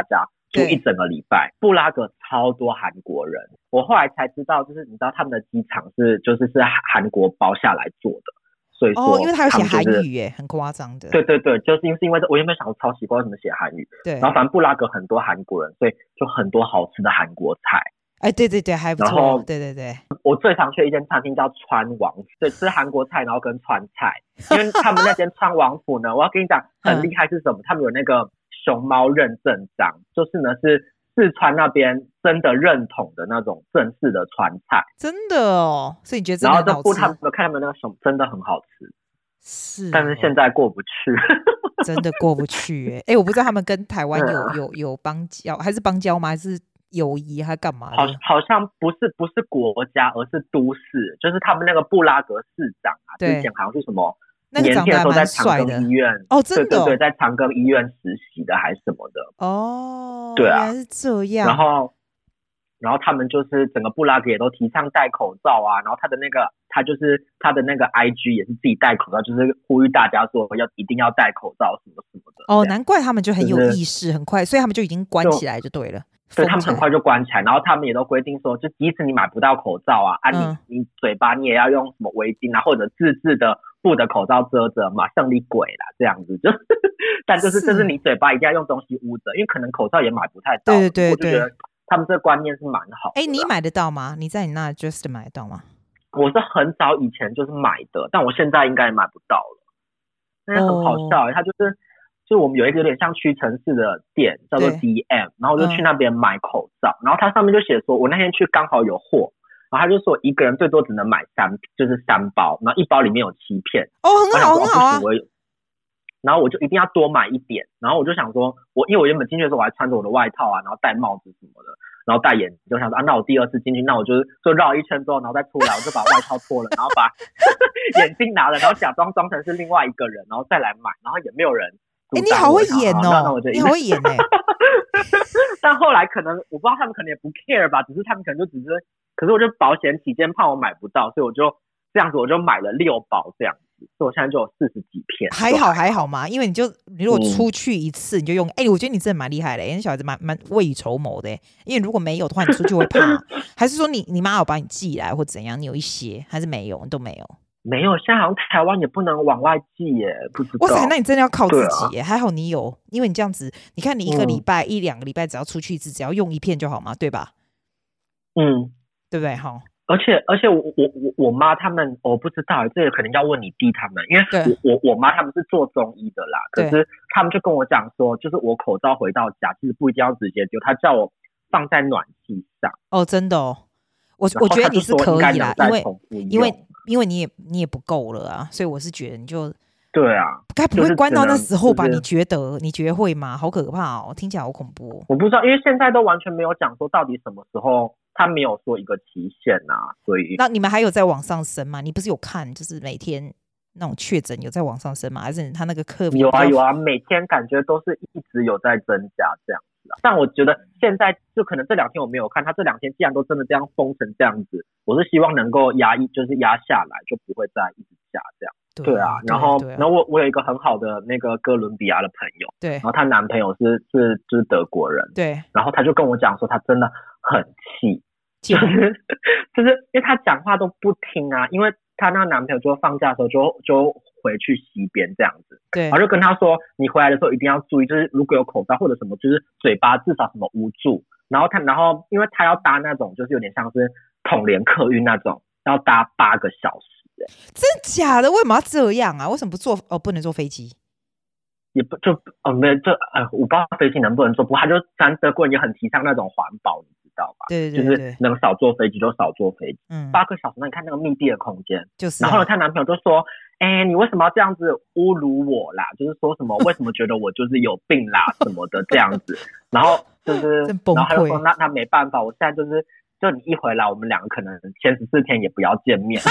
住一整个礼拜。布拉格超多韩国人，我后来才知道，就是你知道他们的机场是就是是韩国包下来做的。所以说、 哦，因为他有写韩就是、 语耶，很夸张的。 对对对，就是因为是因为我原本想说超习惯为什么写韩语， 对。 然后反正布拉格很多韩国人，所以就很多好吃的韩国菜。 哎，对对对，还不错。然后对对对， 我最常去的一间餐厅叫川王，对，吃韩国菜，然后跟川菜。因为他们那间川王府呢，我要跟你讲很厉害是什么？嗯、他们有那个熊猫认证章，就是呢是四川那边真的认同的那种正式的川菜。 真的哦，所以你觉得真的很好吃？ 然后就他们看他们那个熊真的很好吃。 是、哦， 但是现在过不去， 真的过不去哎、欸！哎、欸，我不知道他们跟台湾有有有邦交，还是邦交吗？还是友谊，还干嘛？ 好，好像不是不是国家，而是都市，就是他们那个布拉格市长啊，之前好像是什么年轻的时候在长庚医院、 那个、哦，真的、哦， 对对对，在长庚医院实习的还是什么的哦， 对啊， 原来是这样。 然后。然后他们就是整个布拉格也都提倡戴口罩啊，然后他的那个他就是他的那个 I G 也是自己戴口罩，就是呼吁大家说要一定要戴口罩什么什么的。 哦，难怪他们就很有意识、就是、很快，所以他们就已经关起来就对了。 对，他们很快就关起来，然后他们也都规定说，就即使你买不到口罩啊，啊你、嗯、你嘴巴你也要用什么围巾啊，或者自制的布的口罩遮着嘛，胜利鬼啦这样子，就但就是就是你嘴巴一定要用东西捂着，因为可能口罩也买不太到。 对对对对， 我就觉得他们这个观念是蛮好的。 哎，你买得到吗？你在你那 Just 买得到吗？ 我是很早以前就是买的，但我现在应该也买不到了。因为很好笑、欸，它、oh. 就是就我们有一个有点像屈臣氏的店叫做 D M， 然后我就去那边买口罩，嗯、然后它上面就写说，我那天去刚好有货，然后他就说一个人最多只能买三，就是三包，然后一包里面有七片。 哦，很好很好啊。 然后我就一定要多买一点，然后我就想说，我因为我原本进去的时候我还穿着我的外套啊，然后戴帽子什么的，然后戴眼镜，就想说啊，那我第二次进去，那我就就绕一圈之后，然后再出来，我就把外套脱了，然后把眼镜拿了，然后假装装成是另外一个人，然后再来买，然后也没有人。 哎、欸，你好会演哦！你好会演哎、欸。 但后来可能我不知道他们可能也不 care 吧，只是他们可能就只是，可是我就保险起见，怕我买不到，所以我就这样子，我就买了六包这样子。所以我现在就有四十几片， 还好还好嘛，因为你就你如果出去一次、嗯、你就用，哎、欸，我觉得你真的蛮厉害的，因为小孩子蛮蛮未雨绸缪的，因为如果没有的话，你出去会怕，还是说你你妈有帮你寄来或怎样？你有一些还是没有？你都没有？ 没有，现在好像台湾也不能往外寄耶，不知道。 哇塞，那你真的要靠自己耶！啊、还好你有，因为你这样子，你看你一个礼拜、嗯、一两个礼拜只要出去一次，只要用一片就好嘛，对吧？ 嗯， 对不对？哈。 而且而且我我我我妈他们我不知道，这个可能要问你弟他们，因为我我我妈他们是做中医的啦，可是他们就跟我讲说，就是我口罩回到家其实不一定要直接丢，他叫我放在暖气上。 哦，真的哦，我我觉得你是可以啦，因为因为因为你也你也不够了啊，所以我是觉得你就对啊， 该不会关到那时候吧？就是、你觉得你觉得会吗？好可怕哦，听起来好恐怖、哦。 我不知道，因为现在都完全没有讲说到底什么时候。他没有说一个期限啊，所以那你们还有在往上升吗？你不是有看就是每天那种确诊有在往上升吗？还是他那个课有啊有啊，每天感觉都是一直有在增加这样子、啊、但我觉得现在就可能这两天我没有看，他这两天既然都真的这样封成这样子，我是希望能够压抑，就是压下来，就不会再一直加这样。对, 对啊，然后对啊然后我我有一个很好的那个哥伦比亚的朋友， 对， 然后她男朋友是是就是德国人， 对， 然后他就跟我讲说他真的很气。就是就是因为他讲话都不听啊，因为他那个男朋友就放假的时候就就回去西边这样子， 对， 然后就跟他说你回来的时候一定要注意，就是如果有口罩或者什么，就是嘴巴至少什么捂住，然后他然后因为他要搭那种就是有点像是统联客运那种，要搭八个小时、欸， 真假的？为什么要这样啊？为什么不坐哦？不能坐飞机？ 也不就哦没有就呃我不知道飞机能不能坐，不过他就咱德国人也很提倡那种环保。 对对对， 就是能少坐飞机就少坐飞机。 嗯， 八个小时，那你看那个密闭的空间， 就是、啊。 然后呢，她男朋友就说：“哎、欸，你为什么要这样子侮辱我啦？就是说什么为什么觉得我就是有病啦什么的这样子。”然后就是，然后他就说：“那那没办法，我现在就是就你一回来，我们两个可能前十四天也不要见面。”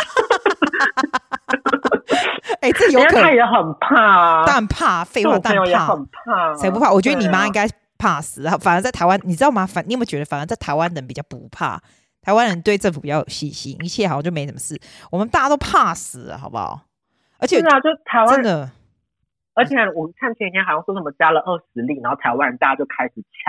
哎、欸，这有可能。 他也很怕、啊， 但怕，废话，但怕，很怕、啊， 谁不怕？我觉得你妈应该。怕死啊！反而在台湾，你知道吗？反你有没有觉得，反而在台湾人比较不怕？台湾人对政府比较有信心，一切好像就没什么事。我们大家都怕死，好不好？而且是啊，就台湾真的， 而且我看前几天好像说什么加了二十例，然后台湾人大家就开始抢了。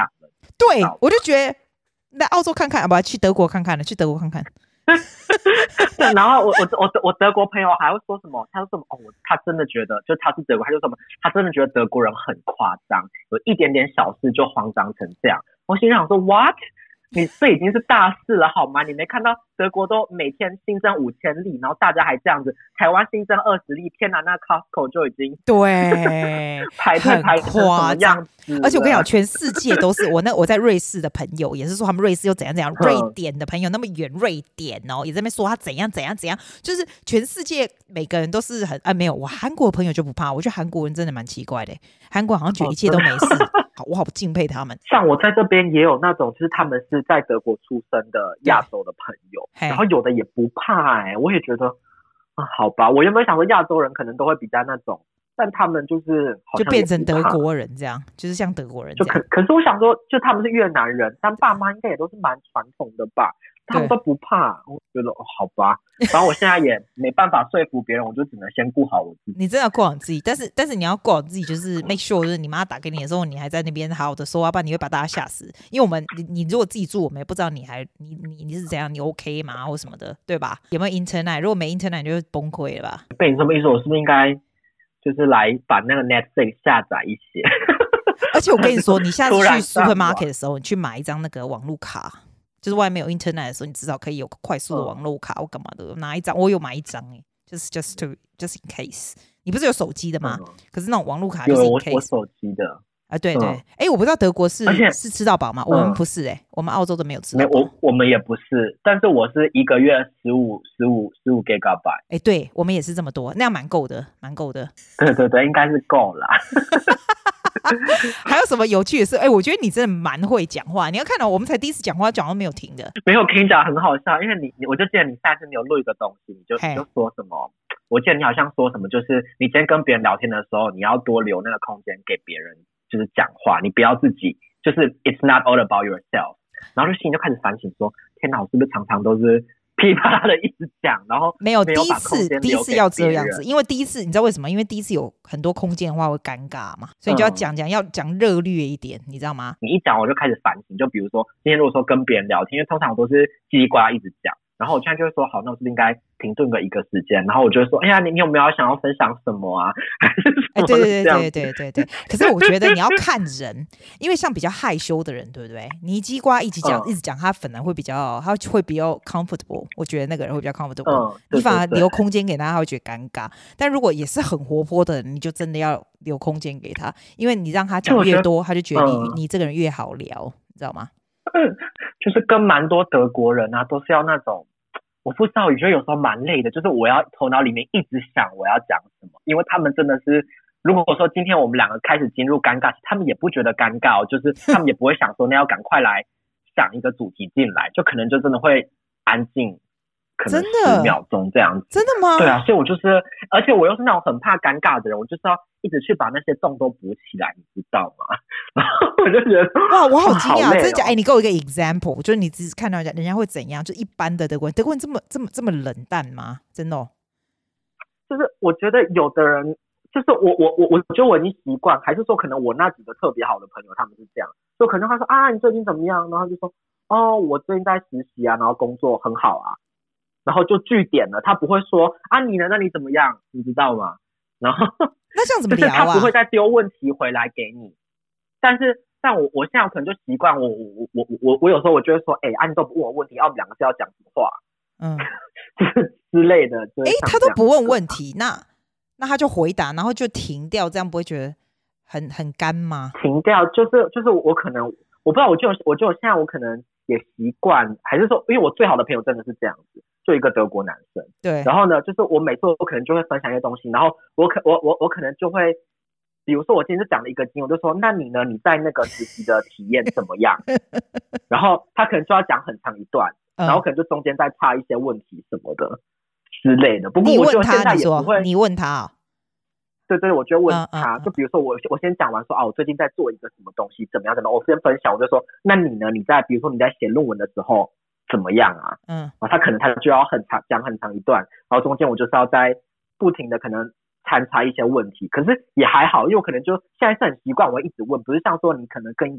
对，我就觉得在澳洲看看，不去德国看看了，去德国看看。 对，然后我我我我德国朋友还会说什么？他说什么？哦，他真的觉得，就他是德国，他就什么？他真的觉得德国人很夸张，有一点点小事就慌张成这样。我心想说 ，What？ 你这已经是大事了好吗？你没看到德国都每天新增五千例，然后大家还这样子，台湾新增二十例，天哪，那 Costco 就已经对排队排成什么样子？ 而且我跟你讲，全世界都是我那我在瑞士的朋友也是说他们瑞士又怎样怎样，瑞典的朋友那么远，瑞典哦也在那边说他怎样怎样怎样，就是全世界每个人都是很啊没有，我韩国的朋友就不怕，我觉得韩国人真的蛮奇怪的，韩国好像觉得一切都没事。哦，我好敬佩他们。 像我在这边也有那种，就是他们是在德国出生的亚洲的朋友，然后有的也不怕哎、欸，我也觉得啊，好吧，我原本想说亚洲人可能都会比较那种，但他们就是好像就变成德国人这样，就是像德国人这样。 就可可是我想说，就他们是越南人，但爸妈应该也都是蛮传统的吧。他们都不怕，我觉得、哦、好吧，反正我现在也没办法说服别人，我就只能先顾好我自己。 你真的要顾好自己，但是但是你要顾好自己，就是 make sure 就是你妈打给你的时候，你还在那边好好的说，要不然你会把大家吓死。因为我们你你如果自己住，我们也不知道你还你你你是怎样，你 OK 吗或什么的，对吧？有没有 internet？ 如果没 internet 你就会崩溃了吧？ 被你这么一说，我是不是应该就是来把那个 Netflix 下载一些？ 而且我跟你说，你下次去 supermarket 的时候，你去买一张那个网路卡。就是外面有 internet 的时候，你至少可以有快速的网络卡或干嘛的。拿一张，我有买一张哎、欸，就是 just to just in case。你不是有手机的吗？嗯、可是那种网络卡就是 in case。 有我手机的啊，对对。哎、嗯欸，我不知道德国是是吃到饱吗？我们不是哎、欸，我们澳洲都没有吃到饱。 我我们也不是，但是我是一个月十五十五十五 gigabyte。 哎、欸，对我们也是这么多，那样蛮够的，蛮够的。 对对对，应该是够啦。 还有什么有趣的事？哎、欸，我觉得你真的蛮会讲话。你要看到、哦、我们才第一次讲话，讲都没有停的。 没有，跟你讲很好笑，因为你，我就记得你下次你有录一个东西，你就你就说什么？我记得你好像说什么，就是你今天跟别人聊天的时候，你要多留那个空间给别人，就是讲话，你不要自己，就是 it's not all about yourself。然后就心里就开始反省说，天哪，我是不是常常都是噼啪啦的一直讲，然后没有第一次第一次要这样子，因为第一次你知道为什么？因为第一次有很多空间的话会尴尬嘛，所以你就要讲讲、嗯、要讲热烈一点，你知道吗？ 你一讲我就开始反省，就比如说今天如果说跟别人聊天，因为通常都是叽里呱啦一直讲，然后我现在就会说好，那我是不是应该停顿个一个时间，然后我就会说哎呀，你你有没有想要分享什么啊？还是什么、 哎、对对对对对对对。可是我觉得你要看人，因为像比较害羞的人，对不对？你一叽呱一直讲、嗯、一直讲，他反而会比较他会比较 comfortable， 我觉得那个人会比较 comfortable、嗯、你反而留空间给他，他会觉得尴尬。但如果也是很活泼的人，你就真的要留空间给他，因为你让他讲越多，他就觉得你、嗯、你这个人越好聊，你知道吗？ 嗯，就是跟蛮多德国人啊，都是要那种。我不知道，我觉得有时候蛮累的，就是我要头脑里面一直想我要讲什么，因为他们真的是，如果说今天我们两个开始进入尴尬，他们也不觉得尴尬、哦，就是他们也不会想说那要赶快来想一个主题进来，就可能就真的会安静，可能十秒钟这样子。 真的吗？ 对啊，所以我就是，而且我又是那种很怕尴尬的人，我就是要一直去把那些洞都补起来，你知道吗？然后我就觉得哇，我好惊讶，真的假？哎，你给我一个 example， 就是你只是看到人家人家会怎样，就一般的德国人，德国人这么这么这么冷淡吗？真的、哦？ 就是我觉得有的人，就是我我我我觉得我已经习惯，还是说可能我那几个特别好的朋友他们是这样，就可能他说啊你最近怎么样，然后就说哦我最近在实习啊，然后工作很好啊，然后就句点了，他不会说啊你呢，那你怎么样，你知道吗？然后那这样怎么聊啊？ 他不会再丢问题回来给你。但是，但我我现在可能就习惯，我我我我我有时候我就会说，哎、欸，啊你都不问我问题，啊我们两个是要讲什么话？嗯，之类的。哎、 欸，他都不问问题，那那他就回答，然后就停掉，这样不会觉得很很干吗？ 停掉就是就是我可能我不知道，我就我就现在我可能也习惯，还是说，因为我最好的朋友真的是这样子，就一个德国男生。 对。 然后呢，就是我每次我可能就会分享一些东西，然后我可我我我可能就会。比如说我今天就讲了一个经，我就说那你呢？你在那个实习的体验怎么样？然后他可能就要讲很长一段，嗯、然后可能就中间再插一些问题什么的之类的。不过我觉得现在也不会， 你问他，你问他、哦， 对对，我就问他，嗯嗯、就比如说我我先讲完说啊，我最近在做一个什么东西，怎么样怎么样，我先分享，我就说那你呢？你在比如说你在写论文的时候怎么样啊？嗯，然后他可能他就要很长讲很长一段，然后中间我就是要在不停的可能。参差一些问题，可是也还好，因为我可能就现在是很习惯，我会一直问，不是像说你可能跟一个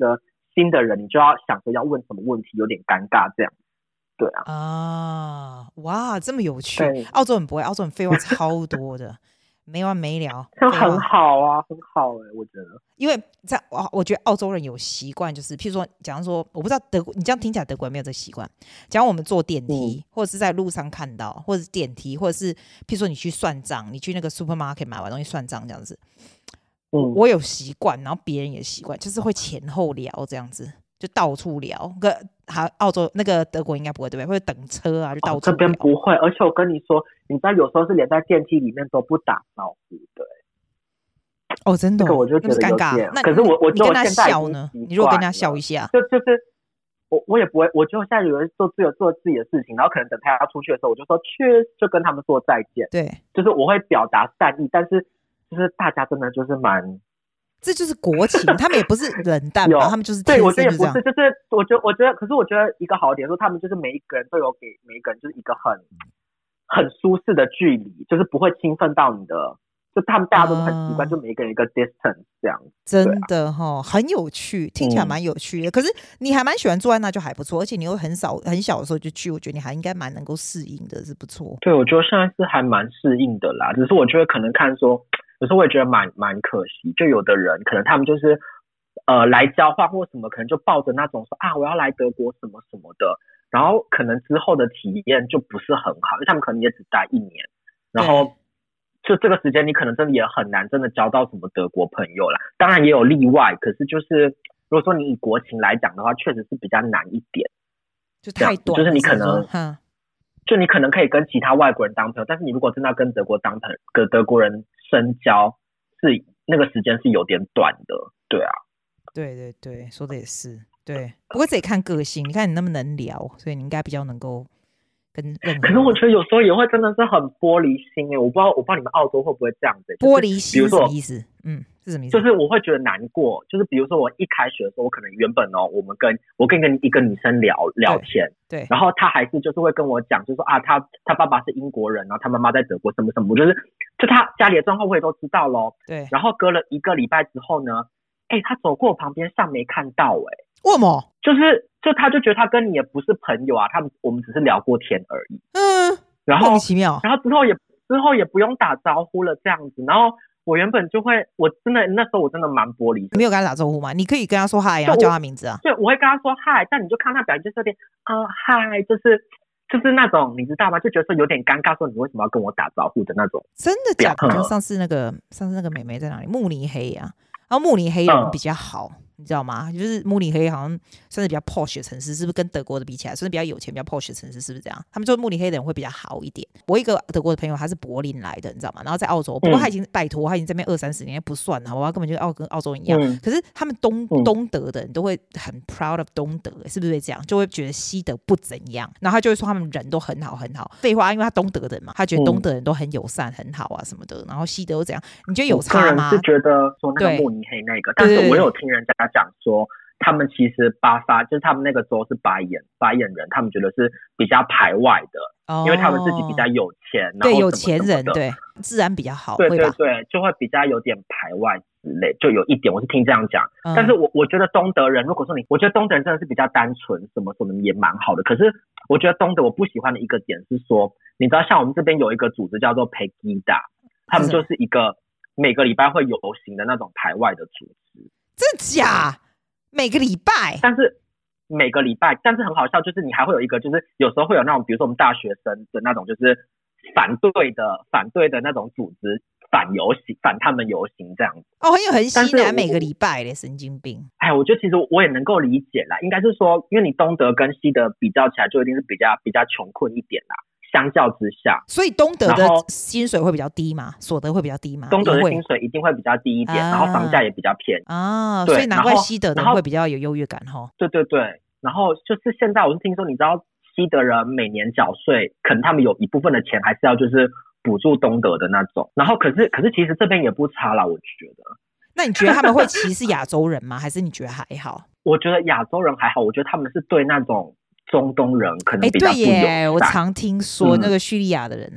新的人，你就要想说要问什么问题，有点尴尬这样。对啊。 啊，哇，这么有趣！澳洲人不会，澳洲人废话超多的。没完没了， 这很好啊，很好哎、欸，我觉得， 因为在我觉得澳洲人有习惯，就是譬如说，假如说，我不知道德国，你这样听起来德国人没有这个习惯。假如我们坐电梯、嗯，或者是在路上看到，或者是电梯，或者是譬如说你去算账，你去那个 supermarket 买完东西算账这样子，嗯，我有习惯，然后别人也习惯，就是会前后聊这样子。就到处聊，个好澳洲那个德国应该不会对不对？会等车啊，就到处聊、哦、 这边不会，而且我跟你说，你知道有时候是连在电梯里面都不打招呼的。 哦，真的、哦， 这个我就觉得尴尬。那可是我我你跟他笑呢？你如果跟他笑一下， 就就是我我也不会，我就现在有人做自由做自己的事情，然后可能等他要出去的时候，我就说去，就跟他们说再见。 对， 就是我会表达善意，但是就是大家真的就是蛮。 这就是国情，他们也不是冷淡嘛，他们就是对，我觉得也不是，就是我觉得，我觉得，可是我觉得一个好点说，他们就是每一个人都有给每一个人就是一个很很舒适的距离，就是不会侵犯到你的，就他们大家都很习惯、嗯，就每一个人一个 distance 这样。 真的哈、哦，很有趣，听起来蛮有趣的、嗯。可是你还蛮喜欢坐在那就还不错，而且你又很少很小的时候就去，我觉得你还应该蛮能够适应的，是不错。 对，我觉得现在是还蛮适应的啦，只是我觉得可能看说。有时候我也觉得蛮蛮可惜，就有的人可能他们就是呃来交换或什么，可能就抱着那种说啊我要来德国什么什么的，然后可能之后的体验就不是很好，因为他们可能也只待一年，然后就这个时间你可能真的也很难真的交到什么德国朋友啦。当然也有例外，可是就是如果说你以国情来讲的话，确实是比较难一点， 就太短， 就是你可能。 就你可能可以跟其他外国人当朋友，但是你如果真的要跟德国当朋友，跟德国人深交，是那个时间是有点短的，对啊。 对对对，说的也是，对。不过这也看个性，你看你那么能聊，所以你应该比较能够跟任何人。 可是我觉得有时候也会真的是很玻璃心哎、欸，我不知道我不知道你们澳洲会不会这样子、欸。 玻璃心是什么意思？嗯。是什么意思？ 就是我会觉得难过，就是比如说我一开学的时候，我可能原本哦，我们跟我跟一个女生聊聊天， 对， 然后她还是就是会跟我讲，就是说啊，她她爸爸是英国人，然后她妈妈在德国什么什么，就是就她家里的状况我也都知道咯。 对， 然后隔了一个礼拜之后呢，哎，她走过我旁边像没看到哎、 欸，为什么？ 就是就她就觉得她跟你也不是朋友啊，他们我们只是聊过天而已， 嗯， 然后莫名其妙， 然后之后也之后也不用打招呼了这样子，然后。我原本就会，我真的那时候我真的蛮玻璃的。 你没有跟他打招呼吗？你可以跟他说嗨，然后叫他名字啊。 对，我会跟他说嗨，但你就看他表情就是有点啊嗨，就是就是那种你知道吗？就觉得说有点尴尬，说你为什么要跟我打招呼的那种。 真的假的？就上次那个上次那个妹妹在哪里？慕尼黑啊，然后慕尼黑人比较好。嗯你知道吗？就是慕尼黑好像算是比较 posh 的城市，是不是跟德国的比起来，算是比较有钱、比较 posh 的城市，是不是这样？他们说慕尼黑的人会比较好一点。我一个德国的朋友，他是柏林来的，你知道吗？然后在澳洲，不过他已经、嗯、拜托，他已经这边二三十年不算了，好吧？他根本就澳跟澳洲人一样、嗯。可是他们东、嗯、东德的人都会很 proud of 东德，是不是会这样？就会觉得西德不怎样，然后他就会说他们人都很好很好。废话，因为他东德的人嘛，他觉得东德人都很友善、很好啊什么的。然后西德又怎样？你觉得有差吗？ 我个人是觉得说那个慕尼黑那个，但是我有听人家讲说。他们其实巴伐就是他们那个州是巴眼巴眼人，他们觉得是比较排外的，哦、因为他们自己比较有钱，然后对有钱人对自然比较好， 对对对，就会比较有点排外之类，就有一点我是听这样讲、嗯，但是我我觉得东德人，如果说你，我觉得东德人真的是比较单纯，什么什么也蛮好的，可是我觉得东德我不喜欢的一个点是说，你知道像我们这边有一个组织叫做 Pegida， 他们就是一个每个礼拜会游行的那种排外的组织， 真假？每个礼拜， 但是每个礼拜，但是很好笑，就是你还会有一个，就是有时候会有那种，比如说我们大学生的那种，就是反对的、反对的那种组织，反游行、反他们游行这样子。 哦，很有很西南，每个礼拜的神经病。 哎，我觉得其实我也能够理解啦，应该是说，因为你东德跟西德比较起来，就一定是比较比较穷困一点啦。相较之下， 所以东德的薪水会比较低嘛，所得会比较低嘛。 东德的薪水一定会比较低一点，啊、然后房价也比较便宜啊，所以难怪西德的会比较有优越感哈。 对对对，然后就是现在我是听说，你知道西德人每年缴税，可能他们有一部分的钱还是要就是补助东德的那种，然后可是可是其实这边也不差啦，我觉得。 那你觉得他们会歧视亚洲人吗？还是你觉得还好？ 我觉得亚洲人还好，我觉得他们是对那种。中东人可能比较不友善、 欸、对耶，我常听说那个叙利亚的人啊、嗯，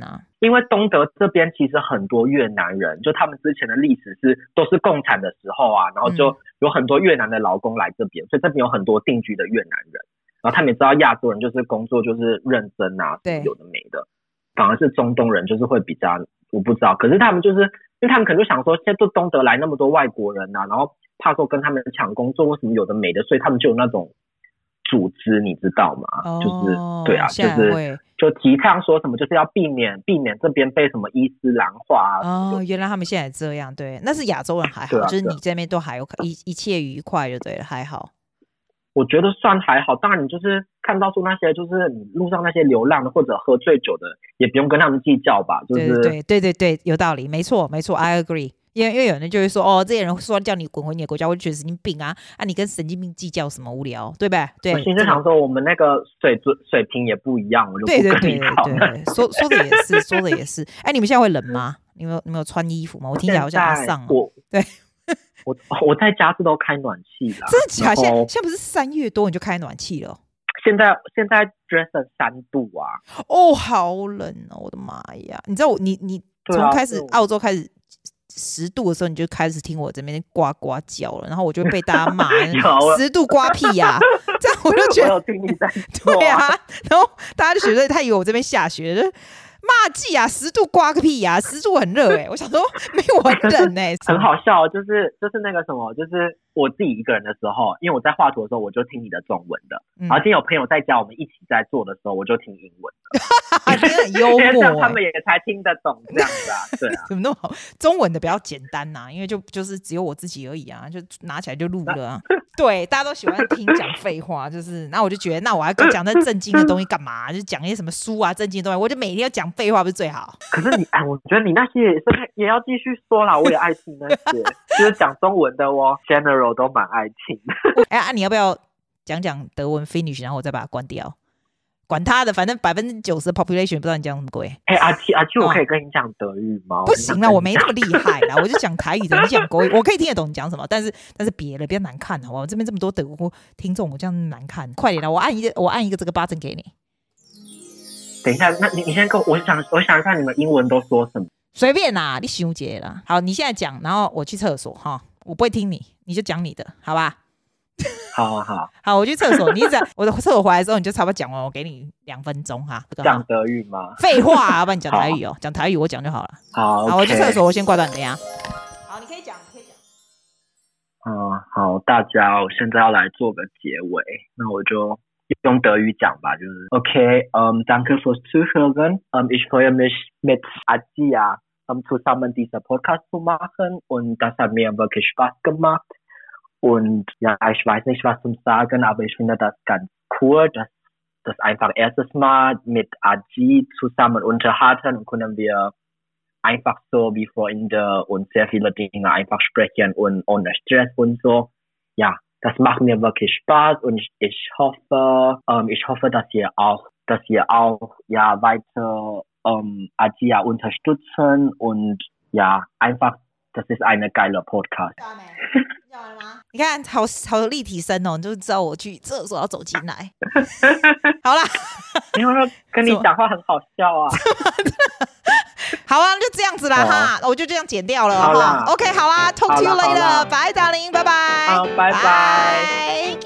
因为东德这边其实很多越南人，就他们之前的历史是都是共产的时候啊，然后就有很多越南的劳工来这边，所以这边有很多定居的越南人。然后他们也知道亚洲人就是工作就是认真啊，有的没的，反而是中东人就是会比较，我不知道，可是他们就是因为他们可能就想说，现在就东德来那么多外国人啊，然后怕说跟他们抢工作或什么有的没的，所以他们就有那种组织，你知道吗？哦、就是对啊，就是就提倡说什么就是要避免避免这边被什么伊斯兰化啊。 哦，原来他们现在这样，对，那是亚洲人还好，啊、就是你这边都还有一一切愉快就对了，还好。 我觉得算还好，当然你就是看到说那些就是你路上那些流浪的或者喝醉酒的，也不用跟他们计较吧，就是对对对对对，有道理，没错没错 ，I agree。因为因为有人就会说，哦，这些人说叫你滚回你的国家，我就觉得神经病啊！啊，你跟神经病计较什么无聊，对吧？对。 我心里想说，我们那个水准水平也不一样，我就不跟你吵。 对对对对对，说说的也是，说的也是。哎，你们现在会冷吗？你们有你们有穿衣服吗？我听起来好像很上、啊。 我对。 我我在家是都开暖气啦。 真的假？现在现在不是三月多你就开暖气了、哦？ 现在现在 Dresden 三度啊！ 哦，好冷哦！我的妈呀！你知道我你你从开始、啊、澳洲开始十度的时候，你就开始听我这边呱呱叫了，然后我就被大家骂十度刮屁呀、啊！这样我就觉得我有听你在说、啊、 对啊，然后大家就觉得他以为我这边下雪了。骂季啊，十度刮个屁呀、啊，十度很热哎、欸，我想说没有很冷哎、欸， 很好笑，就是就是那个什么，就是我自己一个人的时候，因为我在画图的时候我就听你的中文的，嗯、然后今天有朋友在家我们一起在做的时候，我就听英文的， 真的很幽默、欸， 这样他们也才听得懂这样子啊，对啊， 怎么那么好？中文的比较简单呐、啊，因为就就是只有我自己而已啊，就拿起来就录了啊。对，大家都喜欢听讲废话，就是，那我就觉得，那我还讲那正经的东西干嘛？就讲一些什么书啊，正经的东西，我就每天要讲废话，不是最好？ 可是你，哎，我觉得你那些也是也要继续说啦，我也爱听那些，就是讲中文的哦 ，general 都蛮爱听的。 哎、啊，你要不要讲讲德文 finish， 然后我再把它关掉？管他的，反正百分之九十的 population 不知道你讲什么鬼。 哎、欸，阿七阿七，我可以跟你讲德语吗？ 不行啦，我没那么厉害啦，我就讲台语的，你讲国语，我可以听得懂你讲什么，但是但是别的比较难看，好不好？我这边这么多德国听众，我这样难看，快点啦！我按一个，我按一个这个 button 给你。 等一下，那你你先跟我，我想我想看你们英文都说什么？ 随便啦，你想结啦。好，你现在讲，然后我去厕所哈，我不会听你，你就讲你的，好吧？ 好好好， 好，我去厕所。你只要我的厕所回来之后，你就差不多讲完，我给你两分钟哈。 讲德语吗？ 废话、啊，要不然你讲台语哦，讲台语我讲就好了。 好， 好，我去厕所，我先挂断，等一下。好，你可以讲，你可以讲。 嗯，好，大家，我现在要来做个结尾，那我就用德语讲吧，就是 OK， ähm, danke fürs Zuhören. Ähm, ich freue mich mit Adia ähm, zusammen diese Podcast zu machen und das hat mir wirklich Spaß gemacht.Und ja, ich weiß nicht, was zu sagen, aber ich finde das ganz cool, dass das einfach erstes Mal mit Aji zusammen unterhalten und können wir einfach so wie vorhin und sehr viele Dinge einfach sprechen und ohne Stress und so. Ja, das macht mir wirklich Spaß und ich, ich hoffe, ähm, ich hoffe, dass ihr auch, dass ihr auch ja weiter ähm, Aji ja unterstützen und ja einfach, das ist eine geile Podcast. 你看，好好立体声哦，你就知道我去厕所要走进来。好啦， 因为跟你讲话很好笑啊。 好啊，就这样子啦、哦、哈，我就这样剪掉了哈。OK， 好啦 ，Talk to you later， 拜，大林，拜拜。 好，拜拜。